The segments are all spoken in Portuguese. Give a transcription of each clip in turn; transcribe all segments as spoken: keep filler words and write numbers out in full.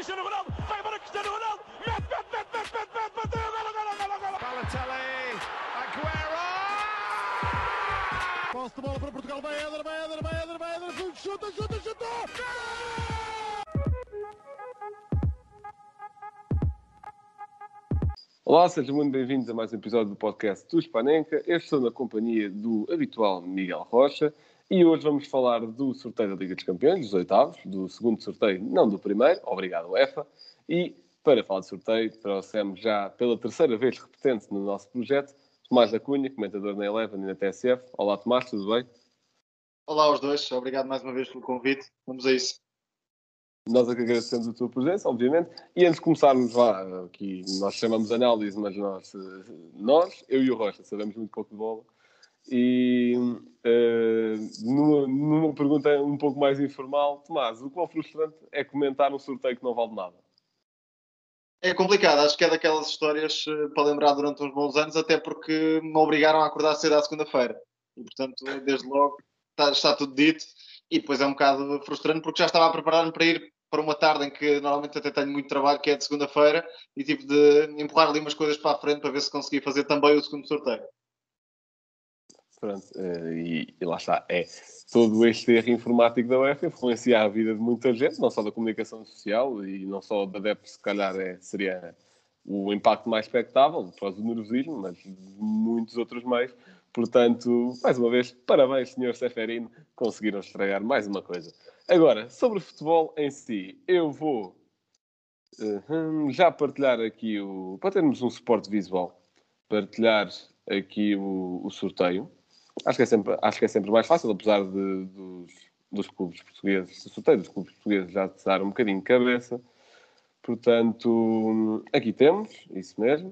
Cristiano Ronaldo, vai embora Cristiano Ronaldo, mete, mete, mete, mete, mete, mete, bateu, golo, golo, golo, golo. Balotelli, Aguero! Posse de bola para Portugal, vai Éder, vai Éder, vai Éder, vai Éder, chuta, chuta, chuta! Olá, sejam muito bem-vindos a mais um episódio do podcast do Spanenka. Eu estou na companhia do habitual Miguel Rocha e hoje vamos falar do sorteio da Liga dos Campeões, dos oitavos, do segundo sorteio, não do primeiro, obrigado UEFA. E para falar de sorteio, trouxemos já pela terceira vez repetente no nosso projeto, Tomás da Cunha, comentador na Eleven e na T S F. Olá Tomás, tudo bem? Olá aos dois, obrigado mais uma vez pelo convite, vamos a isso. Nós é que agradecemos a tua presença, obviamente. E antes de começarmos, vá, aqui nós chamamos análise, mas nós, nós, eu e o Rocha, sabemos muito pouco de bola. E uh, numa, numa pergunta um pouco mais informal, Tomás, o quão frustrante é comentar um sorteio que não vale nada? É complicado, acho que é daquelas histórias uh, para lembrar durante uns bons anos, até porque me obrigaram a acordar cedo à segunda-feira. E, portanto, desde logo está, está tudo dito. E depois é um bocado frustrante porque já estava a preparar-me para ir para uma tarde em que normalmente até tenho muito trabalho, que é de segunda-feira, e tive de empurrar ali umas coisas para a frente para ver se conseguia fazer também o segundo sorteio. Pronto, e, e lá está. É todo este erro informático da UEFA influencia a vida de muita gente, não só da comunicação social e não só da adeptos, se calhar é, seria o impacto mais expectável, por causa do nervosismo, mas de muitos outros meios. Portanto, mais uma vez, parabéns, senhor Seferino, conseguiram estragar mais uma coisa. Agora, sobre o futebol em si, eu vou uh, já partilhar aqui, o, para termos um suporte visual, partilhar aqui o, o sorteio. Acho que, é sempre, acho que é sempre mais fácil, apesar de, dos, dos clubes portugueses, o sorteio dos clubes portugueses já te dar um bocadinho de cabeça. Portanto, aqui temos, isso mesmo.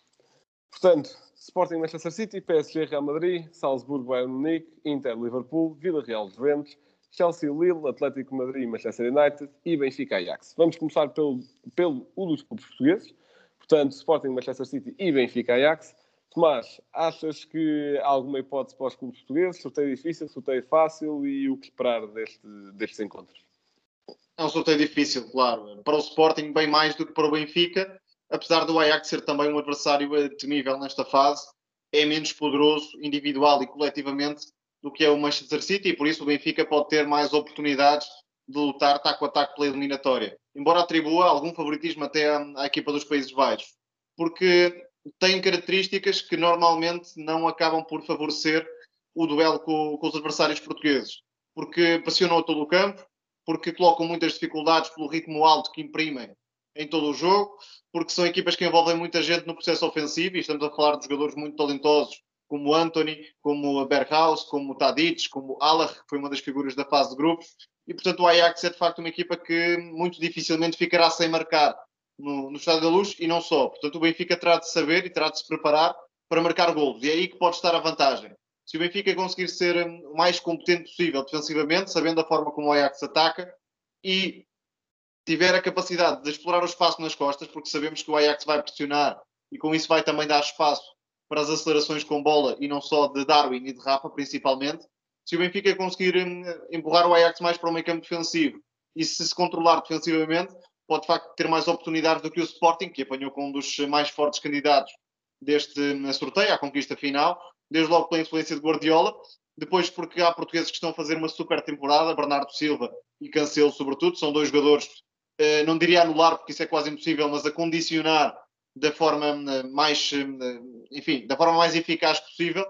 Portanto, Sporting Manchester City, P S G Real Madrid, Salzburgo Bayern Munique, Inter Liverpool, Vila Real Juventus, Chelsea Lille, Atlético Madrid Manchester United e Benfica Ajax. Vamos começar pelo, pelo um dos clubes portugueses. Portanto, Sporting Manchester City e Benfica Ajax. Tomás, achas que há alguma hipótese para os clubes portugueses? Sorteio difícil, sorteio fácil e o que esperar deste, destes encontros? É um sorteio difícil, claro. Para o Sporting, bem mais do que para o Benfica, apesar do Ajax ser também um adversário temível nesta fase, é menos poderoso individual e coletivamente do que é o Manchester City e por isso o Benfica pode ter mais oportunidades de lutar taco a taco pela eliminatória. Embora atribua algum favoritismo até à, à equipa dos Países Baixos. Porque tem características que normalmente não acabam por favorecer o duelo com, com os adversários portugueses. Porque pressionam todo o campo, porque colocam muitas dificuldades pelo ritmo alto que imprimem em todo o jogo, porque são equipas que envolvem muita gente no processo ofensivo, e estamos a falar de jogadores muito talentosos, como Antony, como Berghaus, como Tadic, como Haller, que foi uma das figuras da fase de grupos, e portanto o Ajax é de facto uma equipa que muito dificilmente ficará sem marcar no, no Estádio da Luz, e não só. Portanto o Benfica terá de saber e terá de se preparar para marcar golos, e é aí que pode estar a vantagem. Se o Benfica conseguir ser o mais competente possível defensivamente, sabendo a forma como o Ajax ataca, e tiver a capacidade de explorar o espaço nas costas, porque sabemos que o Ajax vai pressionar e com isso vai também dar espaço para as acelerações com bola e não só de Darwin e de Rafa principalmente. Se o Benfica conseguir empurrar o Ajax mais para o meio campo defensivo e se se controlar defensivamente, pode de facto ter mais oportunidades do que o Sporting, que apanhou com um dos mais fortes candidatos deste sorteio, à conquista final, desde logo pela influência de Guardiola, depois porque há portugueses que estão a fazer uma super temporada, Bernardo Silva e Cancelo sobretudo, são dois jogadores, eh, não diria anular, porque isso é quase impossível, mas a condicionar da forma mais, enfim, da forma mais eficaz possível.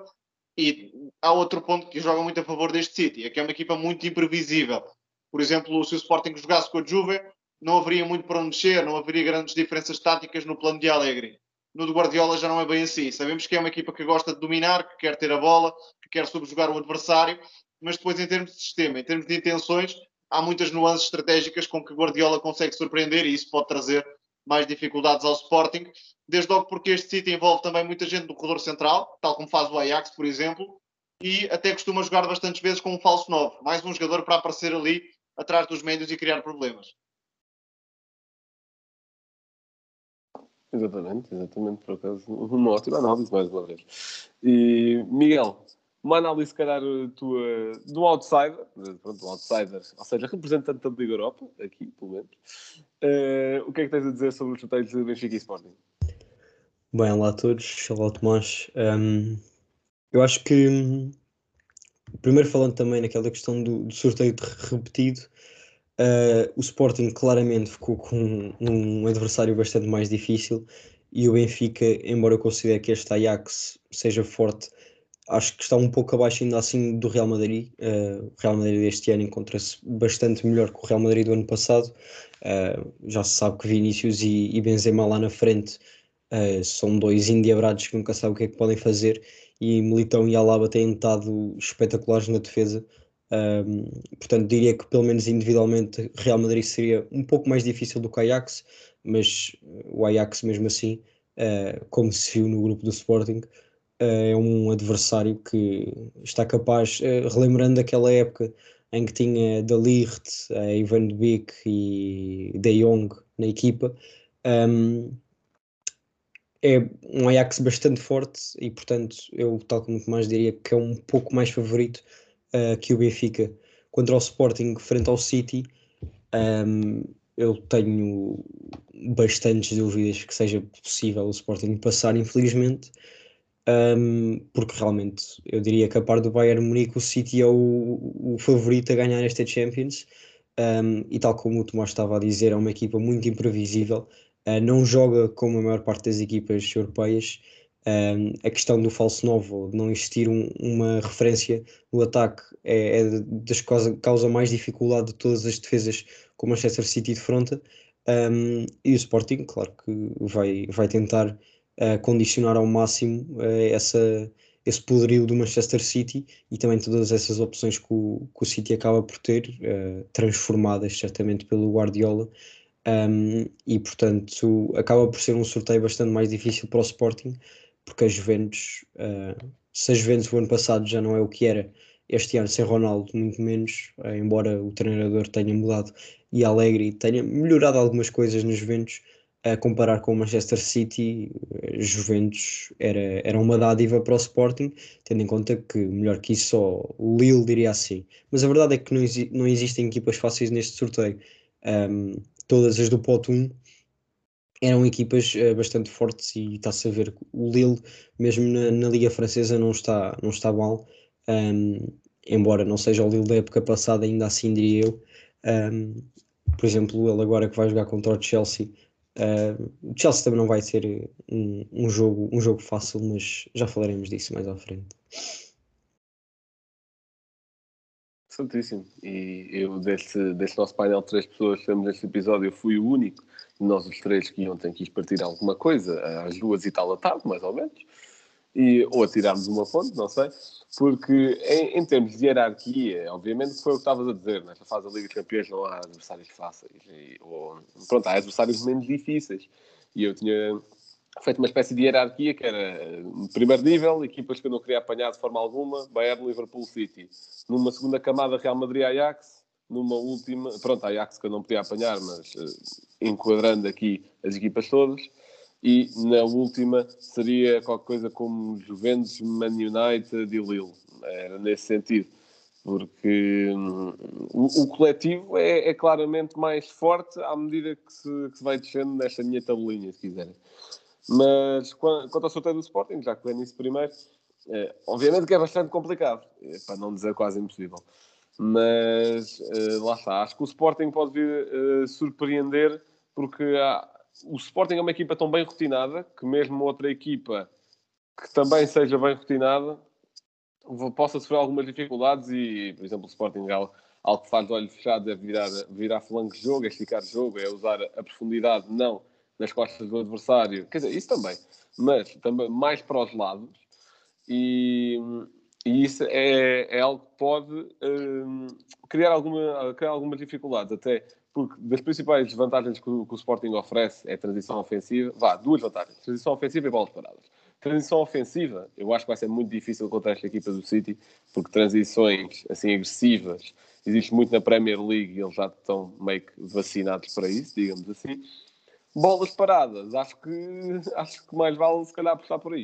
E há outro ponto que joga muito a favor deste City, é que é uma equipa muito imprevisível. Por exemplo, se o Sporting jogasse com a Juve, não haveria muito para onde mexer, não haveria grandes diferenças táticas no plano de Allegri. No do Guardiola já não é bem assim. Sabemos que é uma equipa que gosta de dominar, que quer ter a bola, que quer subjugar o adversário, mas depois em termos de sistema, em termos de intenções, há muitas nuances estratégicas com que Guardiola consegue surpreender e isso pode trazer mais dificuldades ao Sporting, desde logo porque este City envolve também muita gente no corredor central, tal como faz o Ajax, por exemplo, e até costuma jogar bastantes vezes com um falso nove, mais um jogador para aparecer ali atrás dos médios e criar problemas. Exatamente, exatamente, por acaso, uma ótima análise, mais uma vez. E, Miguel, uma análise, se calhar, tua, do outsider, pronto, do outsider, ou seja, representante da Liga Europa, aqui, pelo menos. Uh, o que é que tens a dizer sobre os sorteios de Benfica e Sporting? Bem, olá a todos, olá Tomás. Um, eu acho que, primeiro falando também naquela questão do, do sorteio de repetido, uh, o Sporting claramente ficou com um, um adversário bastante mais difícil e o Benfica, embora eu considere que este Ajax seja forte, acho que está um pouco abaixo ainda assim do Real Madrid. Uh, o Real Madrid deste ano encontra-se bastante melhor que o Real Madrid do ano passado. Uh, já se sabe que Vinícius e, e Benzema lá na frente uh, são dois endiabrados que nunca sabem o que é que podem fazer, e Militão e Alaba têm estado espetaculares na defesa. Um, portanto, diria que pelo menos individualmente Real Madrid seria um pouco mais difícil do que o Ajax, mas o Ajax mesmo assim, uh, como se viu no grupo do Sporting, é um adversário que está capaz, uh, relembrando aquela época em que tinha De Ligt, uh, Ivan de Beek e De Jong na equipa, um, é um Ajax bastante forte e, portanto, eu, tal como o Tomás, diria que é um pouco mais favorito uh, que o Benfica. Contra o Sporting, frente ao City, um, eu tenho bastantes dúvidas que seja possível o Sporting passar, infelizmente. Um, porque realmente eu diria que a par do Bayern Munique o City é o, o favorito a ganhar esta Champions, um, e tal como o Tomás estava a dizer, é uma equipa muito imprevisível, uh, não joga como a maior parte das equipas europeias. Um, a questão do falso novo, de não existir um, uma referência no ataque, é, é das causa, causa mais dificuldade de todas as defesas que o Manchester City defronta. Um, e o Sporting, claro que vai, vai tentar Uh, condicionar ao máximo uh, essa, esse poderio do Manchester City e também todas essas opções que o, que o City acaba por ter, uh, transformadas certamente pelo Guardiola, um, e portanto acaba por ser um sorteio bastante mais difícil para o Sporting, porque a Juventus, uh, se a Juventus o ano passado já não é o que era, este ano sem Ronaldo muito menos, uh, embora o treinador tenha mudado e Allegri tenha melhorado algumas coisas na Juventus, a comparar com o Manchester City, Juventus era, era uma dádiva para o Sporting, tendo em conta que, melhor que isso, só o Lille diria assim. Mas a verdade é que não, exi não existem equipas fáceis neste sorteio. Um, todas as do pote um eram equipas uh, bastante fortes, e está-se a ver que o Lille, mesmo na, na Liga Francesa, não está, não está mal. Um, embora não seja o Lille da época passada, ainda assim diria eu. Um, por exemplo, ele agora que vai jogar contra o Chelsea, Uh, o Chelsea também não vai ser um, um, jogo, um jogo fácil, mas já falaremos disso mais à frente. Certíssimo. E eu, deste, deste nosso painel de três pessoas que temos neste episódio, eu fui o único de nós os três que ontem quis partir alguma coisa às duas e tal da tarde, mais ou menos, e, ou a tirarmos uma ponte, não sei, porque em, em termos de hierarquia, obviamente foi o que estavas a dizer, nesta fase da Liga dos Campeões não há adversários fáceis, e, ou, pronto, há adversários menos difíceis, e eu tinha feito uma espécie de hierarquia que era, no primeiro nível, equipas que eu não queria apanhar de forma alguma, Bayern, Liverpool, City. Numa segunda camada, Real Madrid, Ajax. Numa última, pronto, Ajax que eu não podia apanhar, mas uh, enquadrando aqui as equipas todas. E na última seria qualquer coisa como Juventus, Man United e Lille. Era nesse sentido. Porque hum, o, o coletivo é, é claramente mais forte à medida que se, que se vai descendo nesta minha tabelinha, se quiserem. Mas quanto ao sorteio do Sporting, já que é nisso primeiro, é, obviamente que é bastante complicado, é, para não dizer quase impossível. Mas é, lá está, acho que o Sporting pode vir é, surpreender, porque há, o Sporting é uma equipa tão bem rotinada que mesmo outra equipa que também seja bem rotinada possa sofrer algumas dificuldades e, por exemplo, o Sporting algo, algo que faz de olhos fechados é virar, virar flanco de jogo, é esticar o jogo, é usar a profundidade, não nas costas do adversário, quer dizer, isso também, mas também mais para os lados, e, e isso é, é algo que pode um, criar, alguma, criar algumas dificuldades, até porque das principais vantagens que o, que o Sporting oferece é a transição ofensiva, vá, duas vantagens, transição ofensiva e bolas paradas. Transição ofensiva, eu acho que vai ser muito difícil contra esta equipa do City, porque transições assim agressivas existe muito na Premier League e eles já estão meio que vacinados para isso, digamos assim. Bolas paradas, acho que, acho que mais vale se calhar apostar por aí.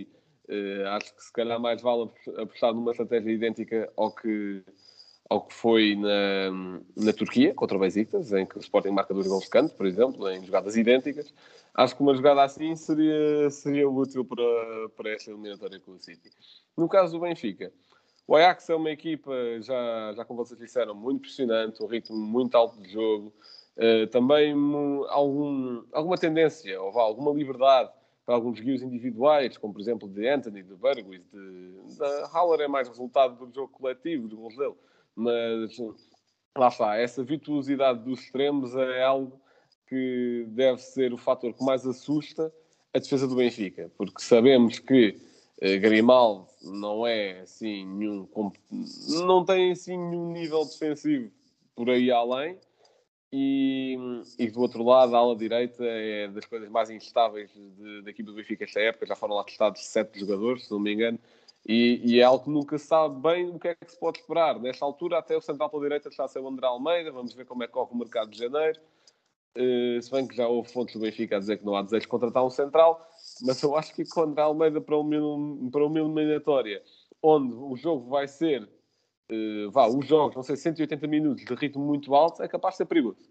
Uh, acho que se calhar mais vale apostar numa estratégia idêntica ao que, ao que foi na, na Turquia, contra o Besiktas, em que o Sporting marca dois gols de canto, por exemplo, em jogadas idênticas. Acho que uma jogada assim seria, seria útil para, para esta eliminatória com o City. No caso do Benfica, o Ajax é uma equipa, já, já como vocês disseram, muito impressionante, um ritmo muito alto de jogo, uh, também um, algum, alguma tendência, ou vá, alguma liberdade para alguns guios individuais, como por exemplo de Anthony, de Bergwijn, de, de Haller é mais resultado do jogo coletivo, dos gols dele, mas lá está, essa virtuosidade dos extremos é algo que deve ser o fator que mais assusta a defesa do Benfica, porque sabemos que uh, Grimaldo não é assim nenhum, não tem assim nenhum nível defensivo por aí além. E, e do outro lado, a ala direita é das coisas mais instáveis de, da equipa do Benfica esta época. Já foram lá testados sete jogadores, se não me engano, e, e é algo que nunca se sabe bem o que é que se pode esperar. Nesta altura, até o central pela direita está a ser o André Almeida. Vamos ver como é que corre o mercado de janeiro. Uh, se bem que já houve fontes do Benfica a dizer que não há desejo de contratar um central, mas eu acho que com o André Almeida para uma, para uma eliminatória onde o jogo vai ser Uh, vá, os jogos vão ser cento e oitenta minutos de ritmo muito alto, é capaz de ser perigoso.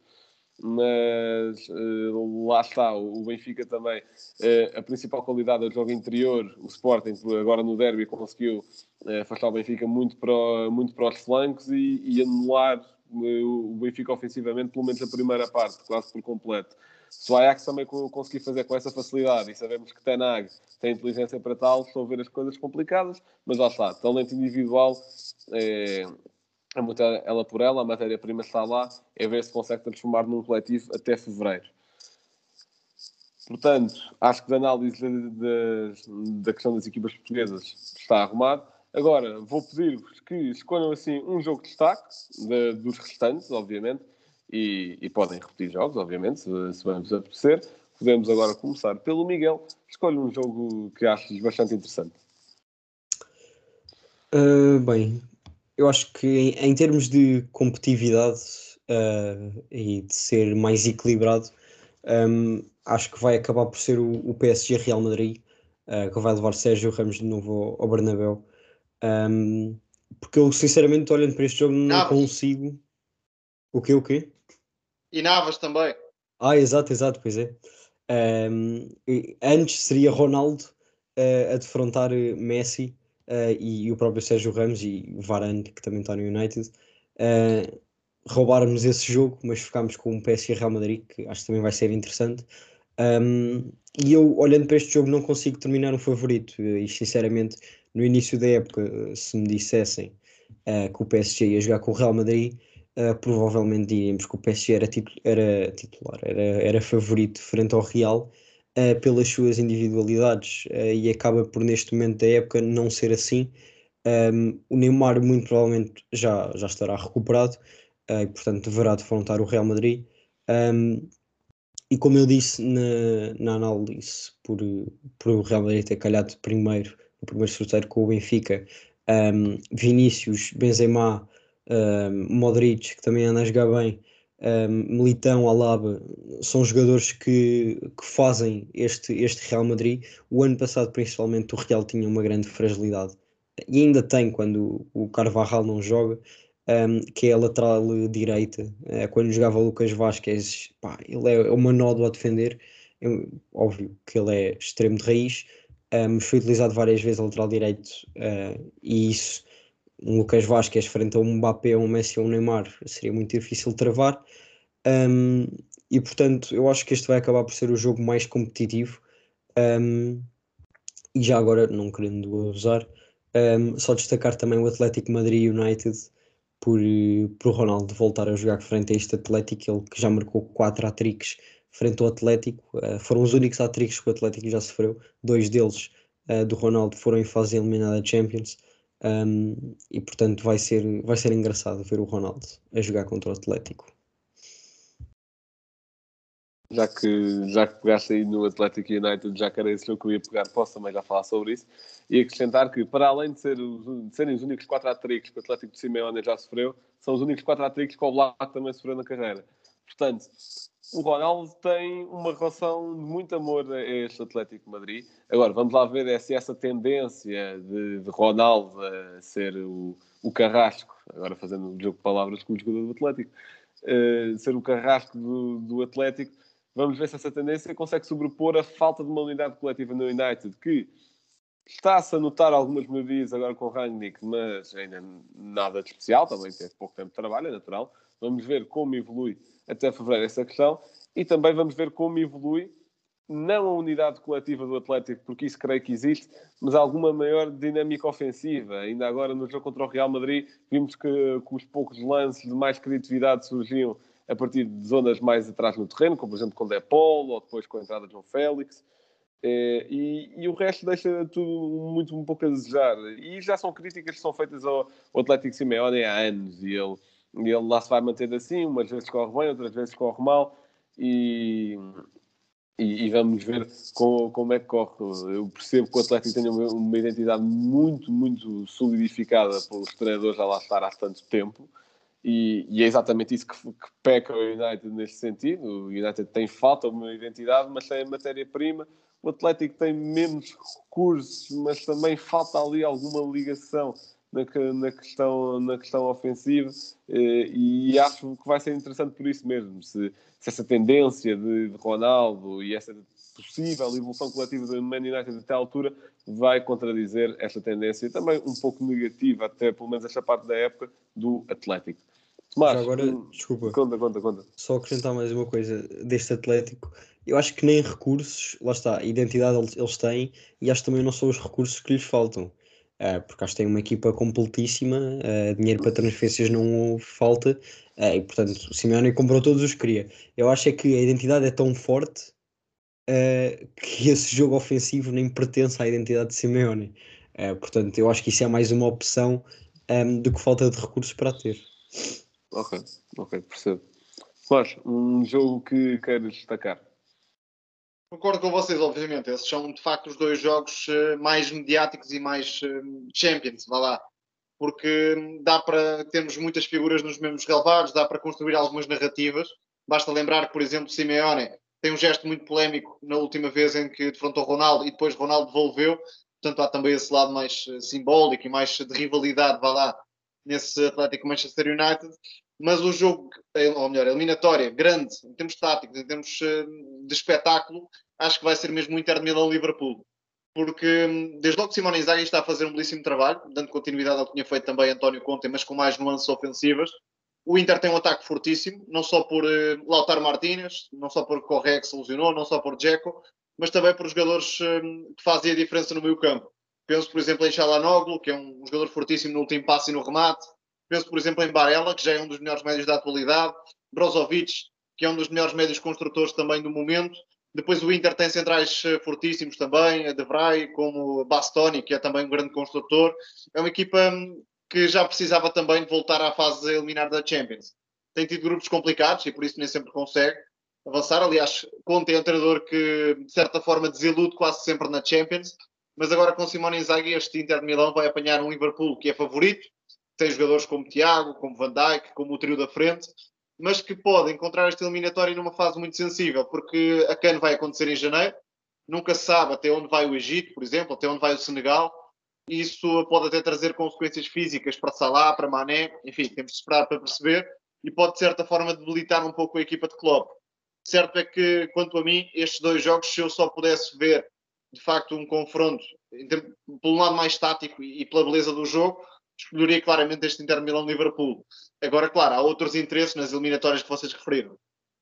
Mas uh, lá está, o Benfica também, uh, a principal qualidade é o jogo interior. O Sporting agora no derby conseguiu uh, afastar o Benfica muito para, muito para os flancos e, e anular uh, o Benfica ofensivamente, pelo menos a primeira parte, quase por completo. Se o Ajax também conseguir fazer com essa facilidade, e sabemos que Ten Hag tem inteligência para tal, estão a ver as coisas complicadas, mas lá está, talento individual é, é muito ela por ela, a matéria-prima está lá, é ver se consegue transformar num coletivo até fevereiro. Portanto, acho que da análise de, de, da questão das equipas portuguesas está arrumado. Agora, vou pedir-vos que escolham assim um jogo de destaque, de, dos restantes, obviamente, e, e podem repetir jogos, obviamente, se, se bem vos apetecer. Podemos agora começar pelo Miguel. Escolhe um jogo que aches bastante interessante. Uh, bem, eu acho que em, em termos de competitividade uh, e de ser mais equilibrado, um, acho que vai acabar por ser o, o P S G Real Madrid, uh, que vai levar Sérgio Ramos de novo ao, ao Bernabéu. Um, porque eu, sinceramente, olhando para este jogo, não Navas. consigo... O quê, o quê? E Navas também. Ah, exato, exato, pois é. Um, antes seria Ronaldo uh, a defrontar Messi uh, e, e o próprio Sérgio Ramos e Varane, que também está no United. Uh, roubarmos esse jogo, mas ficámos com o P S G Real Madrid, que acho que também vai ser interessante. Um, e eu, olhando para este jogo, não consigo terminar um favorito. E, sinceramente, no início da época, se me dissessem uh, que o P S G ia jogar com o Real Madrid, Uh, provavelmente diríamos que o P S G era, titu- era titular, era, era favorito frente ao Real uh, pelas suas individualidades uh, e acaba por neste momento da época não ser assim. Um, o Neymar muito provavelmente já, já estará recuperado uh, e portanto deverá defrontar o Real Madrid. Um, e como eu disse na, na análise, por, por o Real Madrid ter calhado primeiro, no primeiro sorteio com o Benfica, um, Vinícius, Benzema, Um, Modric, que também anda a jogar bem, um, Militão, Alaba, são jogadores que, que fazem este, este Real Madrid. O ano passado, principalmente, o Real tinha uma grande fragilidade, e ainda tem quando o Carvajal não joga, um, que é a lateral direita. É, quando jogava o Lucas Vázquez, pá, ele é uma nódoa a defender. É, óbvio que ele é extremo de raiz, um, foi utilizado várias vezes a lateral direito, uh, e isso um Lucas Vázquez frente a um Mbappé, um Messi ou um Neymar seria muito difícil de travar. Um, e portanto eu acho que este vai acabar por ser o jogo mais competitivo. Um, e já agora, não querendo abusar, um, só destacar também o Atlético Madrid United por, por Ronaldo voltar a jogar frente a este Atlético, ele que já marcou quatro hat-tricks frente ao Atlético. Uh, foram os únicos hat-tricks que o Atlético já sofreu, dois deles uh, do Ronaldo foram em fase eliminada da Champions. Um, e portanto vai ser, vai ser engraçado ver o Ronaldo a jogar contra o Atlético. Já que, já que pegaste aí no Atlético United, já que era esse jogo que eu ia pegar, posso também já falar sobre isso. E acrescentar que, para além de, ser os, de serem os únicos quatro hat-tricks que o Atlético de Simeone já sofreu, são os únicos quatro hat-tricks que o Oblak também sofreu na carreira. Portanto, o Ronaldo tem uma relação de muito amor a este Atlético de Madrid. Agora, vamos lá ver é se essa tendência de, de Ronaldo a ser o, o carrasco, agora fazendo um jogo de palavras com o jogador do Atlético, uh, ser o carrasco do, do Atlético, vamos ver se essa tendência consegue sobrepor a falta de uma unidade coletiva no United, que está-se a notar algumas melhorias agora com o Rangnick, mas ainda nada de especial, também teve pouco tempo de trabalho, é natural. Vamos ver como evolui até fevereiro essa questão e também vamos ver como evolui, não a unidade coletiva do Atlético, porque isso creio que existe, mas alguma maior dinâmica ofensiva. Ainda agora no jogo contra o Real Madrid vimos que, que os poucos lances de mais criatividade surgiam a partir de zonas mais atrás no terreno, como por exemplo com o De Paul ou depois com a entrada de João Félix. É, e, e o resto deixa tudo muito um pouco a desejar. E já são críticas que são feitas ao, ao Atlético Simeone há anos. E ele, e ele lá se vai manter assim. Umas vezes corre bem, outras vezes corre mal. E, e, e vamos ver como, como é que corre. Eu percebo que o Atlético tem uma, uma identidade muito, muito solidificada pelos treinadores a lá estar há tanto tempo. E, e é exatamente isso que, que peca o United neste sentido. O United tem falta de uma identidade, mas tem a matéria-prima. O Atlético tem menos recursos, mas também falta ali alguma ligação na, na, questão, na questão ofensiva. E acho que vai ser interessante por isso mesmo. Se, se essa tendência de, de Ronaldo e essa possível evolução coletiva do Man United até à altura vai contradizer esta tendência, também um pouco negativa, até pelo menos esta parte da época, do Atlético. Tomás, Já agora, hum, desculpa, conta, conta, conta. só acrescentar mais uma coisa deste Atlético. Eu acho que nem recursos, lá está, identidade eles, eles têm, e acho que também não são os recursos que lhes faltam. Uh, porque acho que tem uma equipa completíssima, uh, dinheiro para transferências não falta, uh, e portanto o Simeone comprou todos os que queria. Eu acho é que a identidade é tão forte uh, que esse jogo ofensivo nem pertence à identidade de Simeone. Uh, portanto, eu acho que isso é mais uma opção um, do que falta de recursos para ter. Ok, ok, percebo. Mas, um jogo que queres destacar? Concordo com vocês, obviamente. Esses são, de facto, os dois jogos uh, mais mediáticos e mais uh, champions, vá lá. Porque dá para termos muitas figuras nos mesmos relevados, dá para construir algumas narrativas. Basta lembrar que, por exemplo, Simeone tem um gesto muito polémico na última vez em que defrontou Ronaldo e depois Ronaldo devolveu. Portanto, há também esse lado mais uh, simbólico e mais de rivalidade, vá lá, nesse Atlético Manchester United. Mas o jogo, ou melhor, a eliminatória, grande, em termos táticos, em termos uh, de espetáculo, acho que vai ser mesmo o Inter de Milão-Liverpool. Porque, desde logo, Simone Inzaghi está a fazer um belíssimo trabalho, dando continuidade ao que tinha feito também António Conte, mas com mais nuances ofensivas. O Inter tem um ataque fortíssimo, não só por uh, Lautaro Martínez, não só por Correa que se lesionou, não só por Dzeko, mas também por jogadores uh, que fazem a diferença no meio campo. Penso, por exemplo, em Çalhanoğlu, que é um, um jogador fortíssimo no último passe e no remate. Penso, por exemplo, em Barella, que já é um dos melhores médios da atualidade. Brozovic, que é um dos melhores médios construtores também do momento. Depois o Inter tem centrais fortíssimos também, a De Vrij, como Bastoni, que é também um grande construtor. É uma equipa que já precisava também de voltar à fase eliminar da Champions. Tem tido grupos complicados e por isso nem sempre consegue avançar. Aliás, Conte é um treinador que, de certa forma, desilude quase sempre na Champions. Mas agora com Simone Inzaghi, este Inter de Milão vai apanhar um Liverpool que é favorito. Tem jogadores como Thiago, como Van Dijk, como o trio da frente, mas que pode encontrar esta eliminatória numa fase muito sensível, porque a CAN vai acontecer em janeiro, nunca se sabe até onde vai o Egito, por exemplo, até onde vai o Senegal, e isso pode até trazer consequências físicas para Salah, para Mané, enfim, temos de esperar para perceber, e pode de certa forma debilitar um pouco a equipa de Klopp. Certo é que, quanto a mim, estes dois jogos, se eu só pudesse ver, de facto, um confronto, pelo lado mais tático e pela beleza do jogo, escolheria claramente este Inter de Milão-Liverpool. Agora, claro, há outros interesses nas eliminatórias que vocês referiram.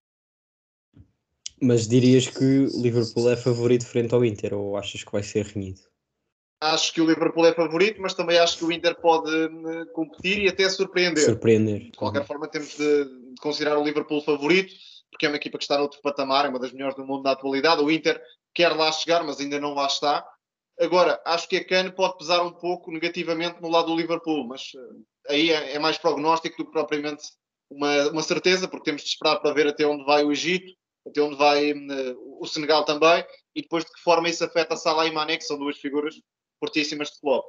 Mas dirias que o Liverpool é favorito frente ao Inter, ou achas que vai ser renhido? Acho que o Liverpool é favorito, mas também acho que o Inter pode uh, competir e até surpreender. Surpreender. De qualquer uhum. forma, temos de, de considerar o Liverpool favorito, porque é uma equipa que está noutro patamar, é uma das melhores do mundo na atualidade. O Inter quer lá chegar, mas ainda não lá está. Agora, acho que a CAN pode pesar um pouco negativamente no lado do Liverpool, mas uh, aí é, é mais prognóstico do que propriamente uma, uma certeza, porque temos de esperar para ver até onde vai o Egito, até onde vai uh, o Senegal também, e depois de que forma isso afeta Salah e Mané, que são duas figuras fortíssimas de futebol.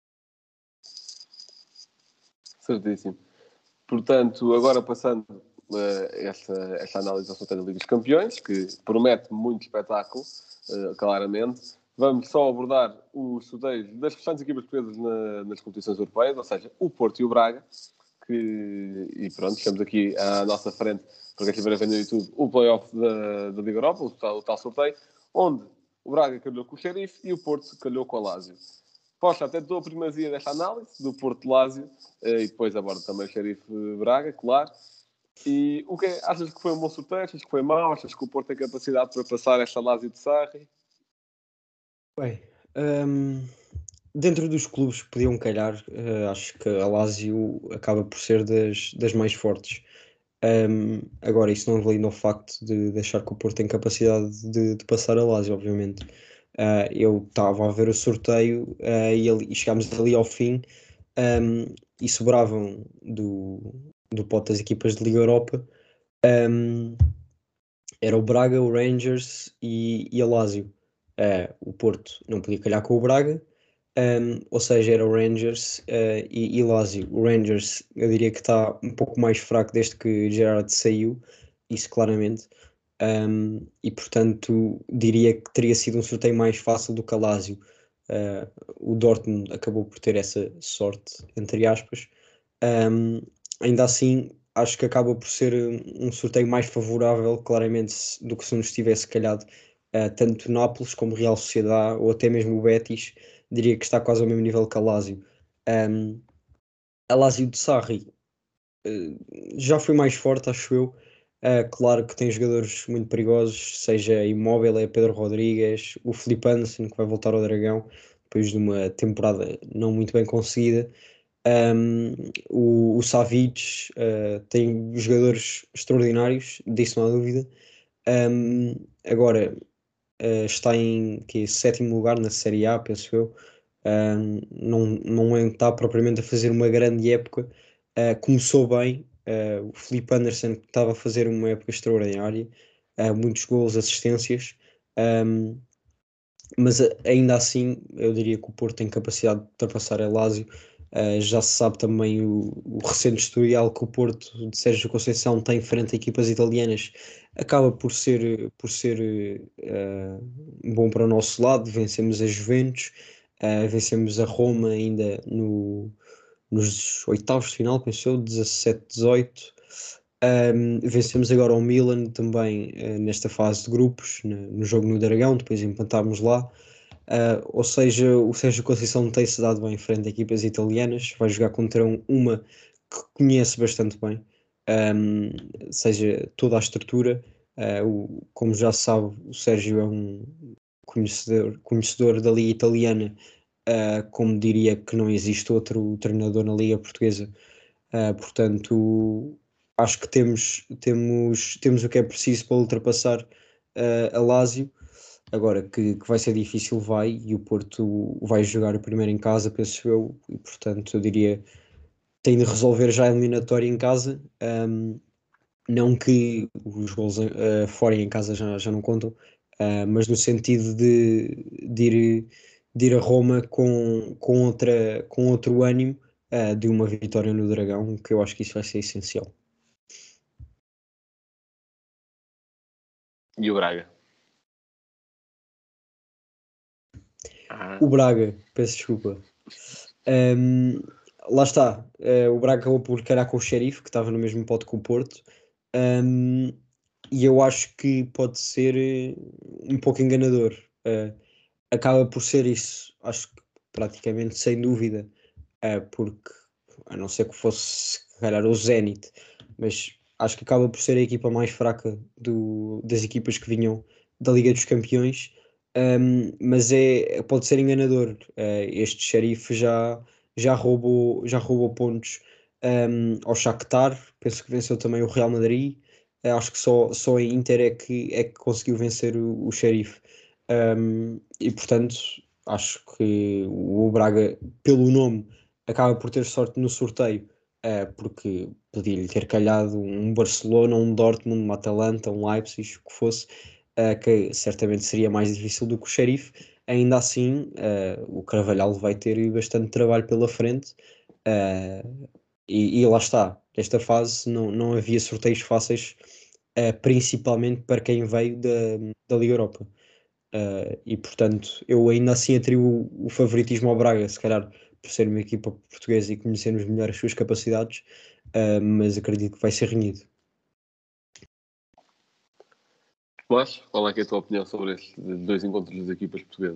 Certíssimo. Portanto, agora passando uh, esta, esta análise ao sorteio da Liga dos Campeões, que promete muito espetáculo, uh, claramente. Vamos só abordar os sorteios das restantes equipas portuguesas na, nas competições europeias, ou seja, o Porto e o Braga, que, e pronto, estamos aqui à nossa frente, para quem estiver a ver no YouTube, o play-off da, da Liga Europa, o tal, o tal sorteio, onde o Braga calhou com o Xerife e o Porto calhou com o Lazio. Poxa, até dou a primazia desta análise, do Porto-Lazio, e depois abordo também o Xerife-Braga, claro. E o que é? Achas que foi um bom sorteio? Achas que foi mau? Achas que o Porto tem capacidade para passar esta Lazio de Sarri? Bem, hum, dentro dos clubes que podiam calhar, uh, acho que a Lazio acaba por ser das, das mais fortes. Um, agora, isso não valida o facto de, de achar que o Porto tem capacidade de, de passar a Lazio, obviamente. Uh, eu estava a ver o sorteio uh, e, ali, e chegámos ali ao fim um, e sobravam do, do pote das equipas de Liga Europa. Um, era o Braga, o Rangers e, e a Lazio. Uh, o Porto não podia calhar com o Braga, um, ou seja, era o Rangers uh, e, e Lazio. O Rangers, eu diria que está um pouco mais fraco desde que Gerrard saiu, isso claramente. Um, e portanto diria que teria sido um sorteio mais fácil do que a Lazio. Uh, o Dortmund acabou por ter essa sorte, entre aspas. Um, ainda assim, acho que acaba por ser um sorteio mais favorável, claramente, do que se nos tivesse calhado uh, tanto Nápoles como Real Sociedade, ou até mesmo o Betis, diria que está quase ao mesmo nível que a Lazio. Um, a Lazio de Sarri uh, já foi mais forte, acho eu. Uh, claro que tem jogadores muito perigosos, seja Immobile, é Pedro Rodrigues, o Filipe Anderson, que vai voltar ao Dragão, depois de uma temporada não muito bem conseguida. Um, o, o Savic uh, tem jogadores extraordinários, disso não há dúvida. Um, agora uh, está em que, sétimo lugar na Série A, penso eu. Um, não, não é, está propriamente a fazer uma grande época. Uh, começou bem. Uh, o Filipe Anderson estava a fazer uma época extraordinária, uh, muitos gols, assistências. Um, mas uh, ainda assim, eu diria que o Porto tem capacidade de ultrapassar a Lazio. Uh, já se sabe também o, o recente historial que o Porto de Sérgio Conceição tem frente a equipas italianas, acaba por ser, por ser uh, bom para o nosso lado. Vencemos a Juventus, uh, vencemos a Roma ainda no, nos oitavos de final, penso eu, dezassete dezoito. Um, vencemos agora o Milan também uh, nesta fase de grupos, no, no jogo no Dragão, depois empatámos lá. Uh, ou seja, o Sérgio Conceição tem-se dado bem em frente a equipas italianas, vai jogar contra um, uma que conhece bastante bem, um, seja toda a estrutura. Uh, o, como já se sabe, o Sérgio é um conhecedor, conhecedor da Liga Italiana, uh, como diria que não existe outro treinador na Liga Portuguesa. Uh, portanto, acho que temos, temos, temos o que é preciso para ultrapassar uh, a Lazio. Agora, que, que vai ser difícil, vai, e o Porto vai jogar o primeiro em casa, penso eu, e portanto eu diria tem de resolver já a eliminatória em casa. Um, não que os gols uh, fora e em casa já, já não contam, uh, mas no sentido de, de, ir, de ir a Roma com, com, outra, com outro ânimo uh, de uma vitória no Dragão, que eu acho que isso vai ser essencial. E o Braga? Ah. O Braga, peço desculpa. Um, lá está, uh, o Braga acabou por calhar com o Xerife, que estava no mesmo pote que o Porto, um, e eu acho que pode ser uh, um pouco enganador. Uh, acaba por ser isso, acho que praticamente sem dúvida, uh, porque a não ser que fosse se calhar o Zenit, mas acho que acaba por ser a equipa mais fraca do, das equipas que vinham da Liga dos Campeões. Um, mas é, pode ser enganador. Uh, este Xerife já, já, roubou, já roubou pontos um, ao Shakhtar, penso que venceu também o Real Madrid. Uh, acho que só, só a Inter é que, é que conseguiu vencer o, o Xerife. Um, e portanto, acho que o Braga, pelo nome, acaba por ter sorte no sorteio, uh, porque podia-lhe ter calhado um Barcelona, um Dortmund, um Atalanta, um Leipzig, o que fosse. Uh, que certamente seria mais difícil do que o Xerife. Ainda assim, uh, o Carvalhal vai ter bastante trabalho pela frente, uh, E, e lá está, nesta fase não, não havia sorteios fáceis, uh, principalmente para quem veio da, da Liga Europa. Uh, e portanto, eu ainda assim atribuo o favoritismo ao Braga, se calhar por ser uma equipa portuguesa e conhecermos melhor as suas capacidades, uh, mas acredito que vai ser renhido. Mas, qual é, que é a tua opinião sobre estes dois encontros das equipas portuguesas?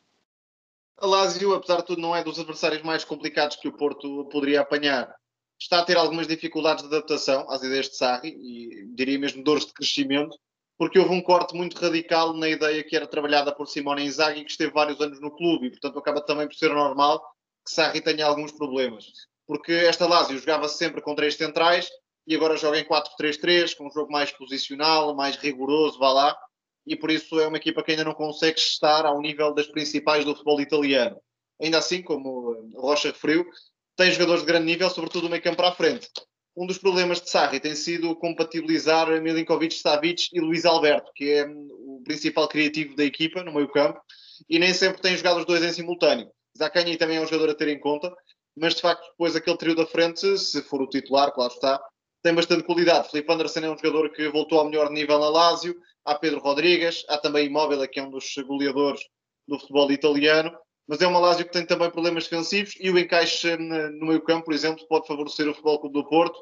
A Lazio, apesar de tudo, não é dos adversários mais complicados que o Porto poderia apanhar. Está a ter algumas dificuldades de adaptação às ideias de Sarri e diria mesmo dores de crescimento, porque houve um corte muito radical na ideia que era trabalhada por Simone Inzaghi, que esteve vários anos no clube, e portanto acaba também por ser normal que Sarri tenha alguns problemas. Porque esta Lazio jogava sempre com três centrais e agora joga em quatro três três, com um jogo mais posicional, mais rigoroso, vá lá, e por isso é uma equipa que ainda não consegue estar ao nível das principais do futebol italiano. Ainda assim, como Rocha referiu, tem jogadores de grande nível, sobretudo o meio campo para a frente. Um dos problemas de Sarri tem sido compatibilizar Milinkovic-Savic e Luís Alberto, que é o principal criativo da equipa no meio campo, e nem sempre tem jogado os dois em simultâneo. Zaccagni também é um jogador a ter em conta, mas de facto depois aquele trio da frente, se for o titular, claro está, tem bastante qualidade. Filipe Anderson é um jogador que voltou ao melhor nível na Lazio, há Pedro Rodrigues, há também Immobile, que é um dos goleadores do futebol italiano, mas é uma Lazio que tem também problemas defensivos e o encaixe no meio campo, por exemplo, pode favorecer o Futebol Clube do Porto,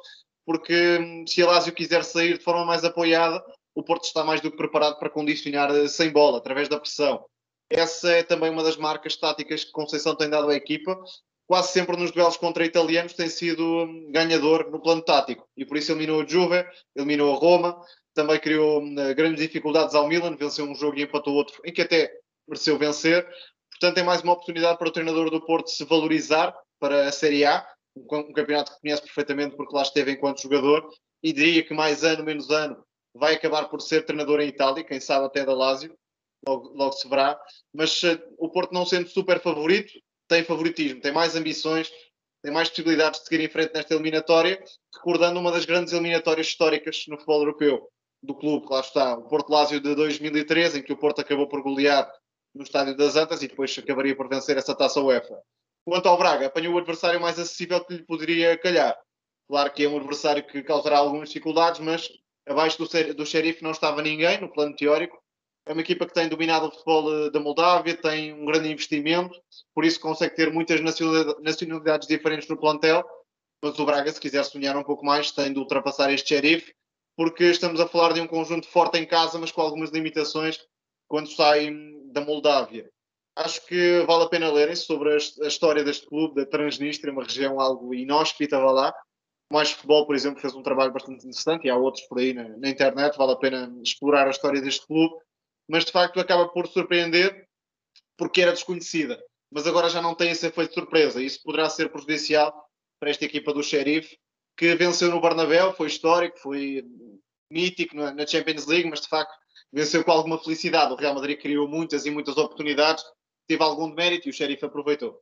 porque se a Lazio quiser sair de forma mais apoiada, o Porto está mais do que preparado para condicionar sem bola, através da pressão. Essa é também uma das marcas táticas que Conceição tem dado à equipa. Quase sempre nos duelos contra italianos tem sido ganhador no plano tático. E por isso eliminou a Juve, eliminou a Roma, também criou grandes dificuldades ao Milan, venceu um jogo e empatou outro, em que até mereceu vencer. Portanto, é mais uma oportunidade para o treinador do Porto se valorizar para a Série A, um campeonato que conhece perfeitamente porque lá esteve enquanto jogador, e diria que mais ano, menos ano, vai acabar por ser treinador em Itália, quem sabe até da Lazio, logo, logo se verá. Mas uh, o Porto, não sendo super favorito, tem favoritismo, tem mais ambições, tem mais possibilidades de seguir em frente nesta eliminatória, recordando uma das grandes eliminatórias históricas no futebol europeu do clube, que lá está, o Porto Lazio de dois mil e treze, em que o Porto acabou por golear no Estádio das Antas e depois acabaria por vencer essa taça UEFA. Quanto ao Braga, apanhou o adversário mais acessível que lhe poderia calhar. Claro que é um adversário que causará algumas dificuldades, mas abaixo do, do Sheriff não estava ninguém, no plano teórico. É uma equipa que tem dominado o futebol da Moldávia, tem um grande investimento, por isso consegue ter muitas nacionalidades diferentes no plantel, mas o Braga, se quiser sonhar um pouco mais, tem de ultrapassar este Sheriff, porque estamos a falar de um conjunto forte em casa, mas com algumas limitações quando sai da Moldávia. Acho que vale a pena lerem sobre a, a história deste clube, da Transnistria, uma região algo inóspita, vá lá. Mais Futebol, por exemplo, fez um trabalho bastante interessante, e há outros por aí na, na internet, vale a pena explorar a história deste clube, mas de facto acaba por surpreender porque era desconhecida. Mas agora já não tem esse efeito de surpresa, isso poderá ser prejudicial para esta equipa do Sheriff, que venceu no Bernabéu, foi histórico, foi mítico na Champions League, mas de facto venceu com alguma felicidade. O Real Madrid criou muitas e muitas oportunidades, teve algum demérito e o Sheriff aproveitou.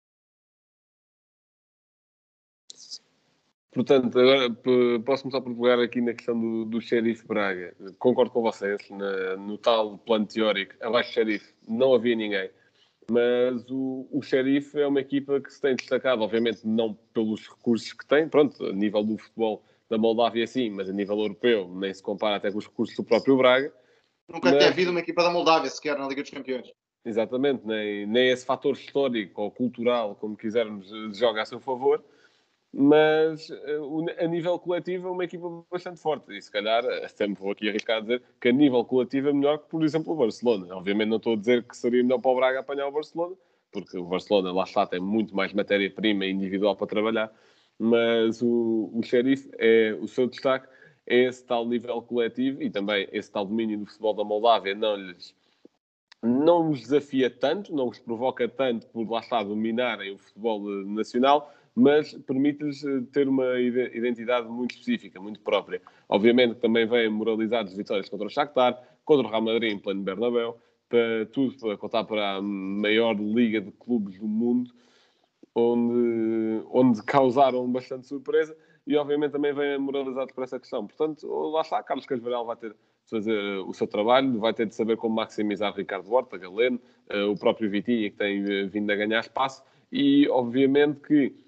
Portanto, agora posso começar por pegar aqui na questão do, do Sheriff Braga. Concordo com vocês, na, no tal plano teórico, abaixo do Sheriff não havia ninguém. Mas o, o Sheriff é uma equipa que se tem destacado, obviamente não pelos recursos que tem, pronto, a nível do futebol da Moldávia sim, mas a nível europeu nem se compara até com os recursos do próprio Braga. Nunca mas... tinha havido uma equipa da Moldávia sequer na Liga dos Campeões. Exatamente, nem, nem esse fator histórico ou cultural, como quisermos, joga a seu favor. Mas a nível coletivo é uma equipa bastante forte e se calhar, sempre vou aqui arriscar a dizer que a nível coletivo é melhor que, por exemplo, o Barcelona. Obviamente não estou a dizer que seria melhor para o Braga apanhar o Barcelona, porque o Barcelona, lá está, tem muito mais matéria-prima individual para trabalhar, mas o, o Sheriff, é, o seu destaque é esse tal nível coletivo e também esse tal domínio do futebol da Moldávia não lhes não os desafia tanto, não os provoca tanto por, lá está, dominarem o futebol nacional, mas permite-lhes ter uma identidade muito específica, muito própria. Obviamente que também vêm moralizados vitórias contra o Shakhtar, contra o Real Madrid em pleno Bernabéu, para tudo para contar para a maior liga de clubes do mundo, onde, onde causaram bastante surpresa, e obviamente também vêm moralizados por essa questão. Portanto, lá está, Carlos Casvaral vai ter de fazer o seu trabalho, vai ter de saber como maximizar Ricardo Horta, Galeno, o próprio Vitinha, que tem vindo a ganhar espaço, e obviamente que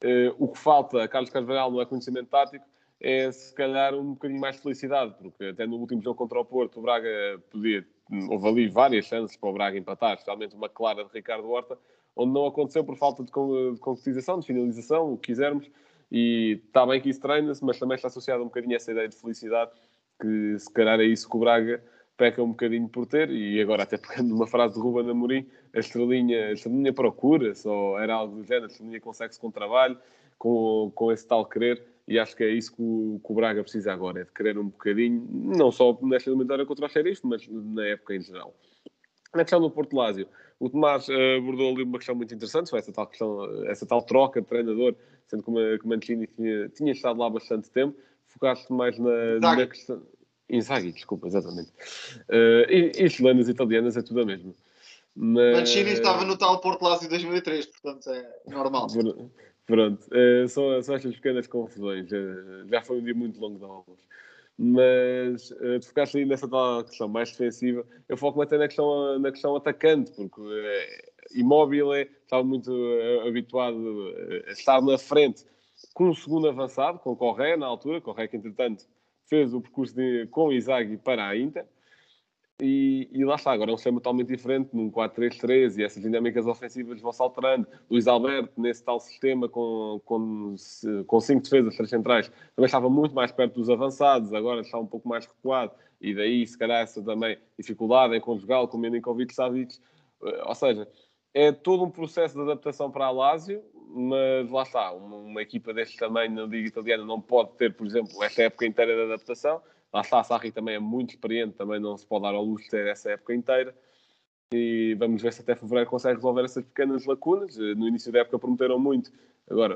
Uh, o que falta a Carlos Carvalhal não é conhecimento tático, é se calhar um bocadinho mais de felicidade, porque até no último jogo contra o Porto, o Braga podia, houve ali várias chances para o Braga empatar, especialmente uma clara de Ricardo Horta, onde não aconteceu por falta de, con- de concretização, de finalização, o que quisermos, e está bem que isso treina-se, mas também está associado um bocadinho a essa ideia de felicidade, que se calhar é isso que o Braga peca um bocadinho por ter, e agora até pegando numa frase de Ruben Amorim, a estrelinha, a estrelinha procura-se, ou era algo do género, a estrelinha consegue-se com trabalho, com, com esse tal querer, e acho que é isso que o, que o Braga precisa agora, é de querer um bocadinho, não só nesta eliminatória contra o Xerife, mas na época em geral. Na questão do Porto Lásio, o Tomás uh, abordou ali uma questão muito interessante, foi essa tal, questão, essa tal troca de treinador, sendo que o Mancini tinha, tinha estado lá há bastante tempo, focaste mais na, na questão... Inzaghi, desculpa, exatamente. Uh, e, e chilenas e italianas é tudo a mesma. Mas... Mancini estava no tal Porto Lásio dois mil e três, portanto é normal. Pronto, uh, são, são estas pequenas confusões. Uh, já foi um dia muito longo de aulas. Mas uh, tu ficaste aí nessa tal questão mais defensiva. Eu foco-me até na questão, na questão atacante, porque uh, Immobile estava muito uh, habituado uh, a estar na frente com um segundo avançado, com Correa na altura. Correa que, entretanto, fez o percurso de, com Inzaghi para a Inter. E, e lá está, agora é um sistema totalmente diferente, num quatro três três, e essas dinâmicas ofensivas vão-se alterando. Luís Alberto, nesse tal sistema, com, com, com cinco defesas, três centrais, também estava muito mais perto dos avançados, agora está um pouco mais recuado, e daí, se calhar, essa também dificuldade em conjugá-lo com o Milinkovic-Savic. Ou seja, é todo um processo de adaptação para a Lazio, mas lá está, uma, uma equipa deste tamanho na Liga Italiana não pode ter, por exemplo, esta época inteira de adaptação. Lá está, a Sarri também é muito experiente, também não se pode dar ao luxo de ter essa época inteira. E vamos ver se até fevereiro consegue resolver essas pequenas lacunas. No início da época prometeram muito, agora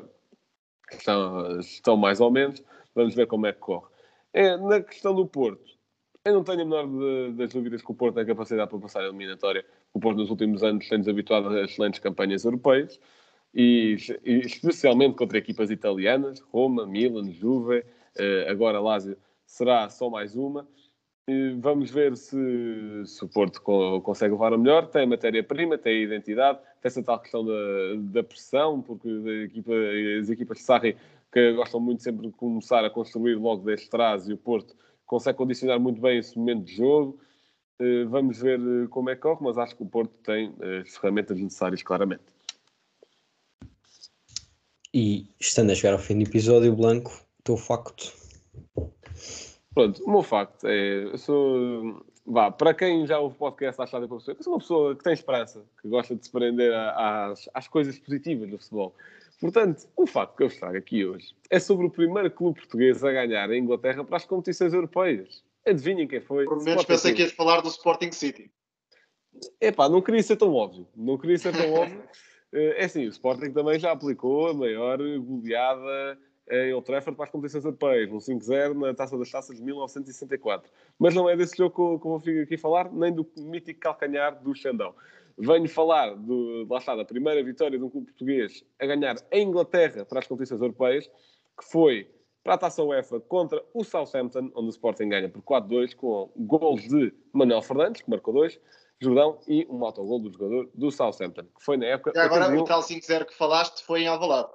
estão, estão mais ou menos. Vamos ver como é que corre. É, na questão do Porto, eu não tenho a menor de, das dúvidas que o Porto tem capacidade para passar a eliminatória. O Porto nos últimos anos tem-nos habituado a excelentes campanhas europeias, e, e especialmente contra equipas italianas, Roma, Milan, Juve, agora Lazio. Será só mais uma. E vamos ver se, se o Porto co- consegue levar a melhor. Tem a matéria-prima, tem a identidade, tem essa tal questão da, da pressão, porque a equipa, as equipas de Sarri, que gostam muito sempre de começar a construir logo desde trás, e o Porto consegue condicionar muito bem esse momento de jogo. E vamos ver como é que corre, mas acho que o Porto tem as ferramentas necessárias, claramente. E estando a chegar ao fim do episódio, Blanco, o teu facto. Pronto, o meu facto é, eu sou, vá, para quem já ouve podcast à Chave para pessoa, eu sou uma pessoa que tem esperança, que gosta de se prender a- às, às coisas positivas do futebol. Portanto, o facto que eu vos trago aqui hoje é sobre o primeiro clube português a ganhar a Inglaterra para as competições europeias. Adivinhem quem foi? Por menos Sporting. pensei que ias falar do Sporting City. Epá, não queria ser tão óbvio. Não queria ser tão óbvio. É assim, o Sporting também já aplicou a maior goleada em Old Trafford para as competições europeias, um cinco zero na Taça das Taças de mil novecentos e sessenta e quatro. Mas não é desse jogo que eu, que eu vou aqui falar, nem do mítico calcanhar do Xandão. Venho falar, do, lá está, da primeira vitória de um clube português a ganhar em Inglaterra para as competições europeias, que foi para a Taça UEFA contra o Southampton, onde o Sporting ganha por quatro dois, com gols de Manuel Fernandes, que marcou dois, Jordão, e um autogol do jogador do Southampton, que foi na época... E agora oitenta e um. o tal cinco zero que falaste foi em Alvalade.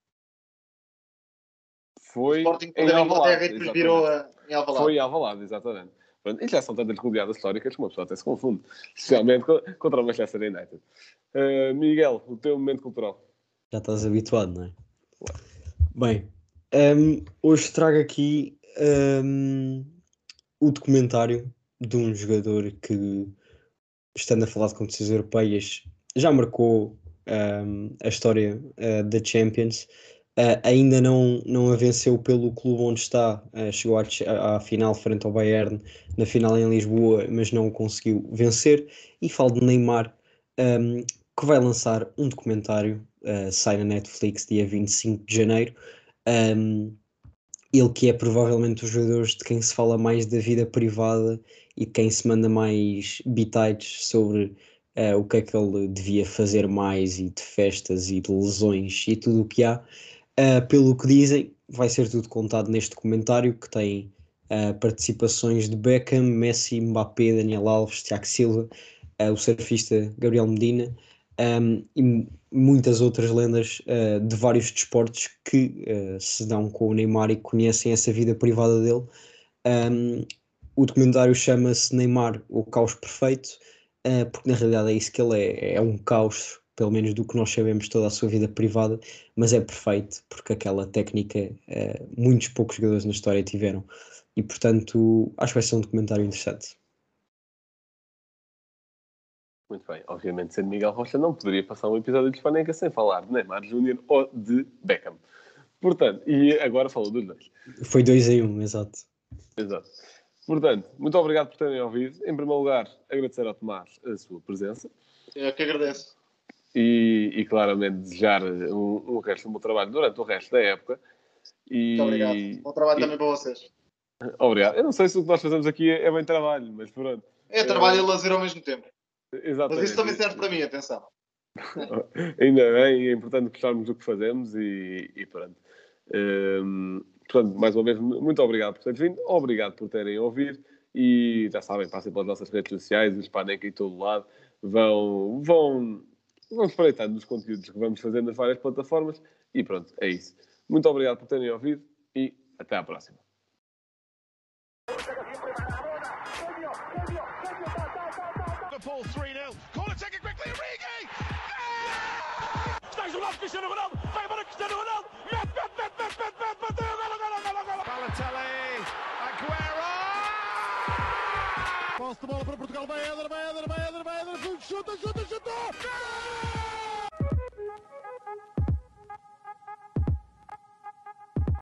Foi O Sporting em perdeu a Inglaterra Alvalade, e depois exatamente. virou a, em Alvalade. Foi em Alvalade, exatamente. Pronto, e já são tantas goleadas históricas que uma pessoa até se confunde, especialmente co- contra o Manchester United. Uh, Miguel, o teu momento cultural. Já estás habituado, não é? Bem, um, hoje trago aqui um, o documentário de um jogador que, estando a falar de competições europeias, já marcou um, a história uh, da Champions. Uh, ainda não, não a venceu pelo clube onde está, uh, chegou à, à final frente ao Bayern, na final em Lisboa, mas não conseguiu vencer. E falo de Neymar, um, que vai lançar um documentário, uh, sai na Netflix dia vinte e cinco de janeiro. Um, ele que é provavelmente os jogadores de quem se fala mais da vida privada e de quem se manda mais bitites sobre uh, o que é que ele devia fazer mais, e de festas e de lesões e tudo o que há. Uh, pelo que dizem, vai ser tudo contado neste documentário, que tem uh, participações de Beckham, Messi, Mbappé, Daniel Alves, Tiago Silva, uh, o surfista Gabriel Medina, um, e muitas outras lendas uh, de vários desportos que uh, se dão com o Neymar e conhecem essa vida privada dele. Um, o documentário chama-se Neymar, o caos perfeito, uh, porque na realidade é isso que ele é, é um caos, pelo menos do que nós sabemos, toda a sua vida privada, mas é perfeito, porque aquela técnica uh, muitos poucos jogadores na história tiveram, e portanto acho que vai ser um documentário interessante. Muito bem, obviamente sendo Miguel Rocha não poderia passar um episódio de Hispânica sem falar de Neymar Júnior ou de Beckham. Portanto, e agora falou dos dois. Foi dois em um, exato. Exato. Portanto, muito obrigado por terem ouvido. Em primeiro lugar, agradecer ao Tomás a sua presença. Eu que agradeço. E, e claramente desejar um, um resto do meu trabalho durante o resto da época. E, Muito obrigado. Bom trabalho e, também para vocês. Obrigado. Eu não sei se o que nós fazemos aqui é, é bem trabalho, mas pronto. É trabalho e lazer ao mesmo tempo. Exatamente. Mas isso também serve para mim, atenção. Ainda bem, é importante gostarmos do que fazemos e, e pronto. Um, portanto, mais uma vez, muito obrigado por terem vindo, obrigado por terem ouvido e já sabem, passem pelas nossas redes sociais, o Hispânica em todo lado, vão, vão, vão espreitando os conteúdos que vamos fazer nas várias plataformas e pronto, é isso. Muito obrigado por terem ouvido e até à próxima. Liverpool three nil. Corner taken quickly. Origi! Está isolado Cristiano Ronaldo. Vai para Cristiano Ronaldo. Mete, mete, mete, mete, mete, mete, bateu, golo, golo, golo, golo. Balotelli. Aguero! Posse de bola para Portugal, vai Éder, vai Éder, vai Éder, vai Éder, chuta, chuta, chuta!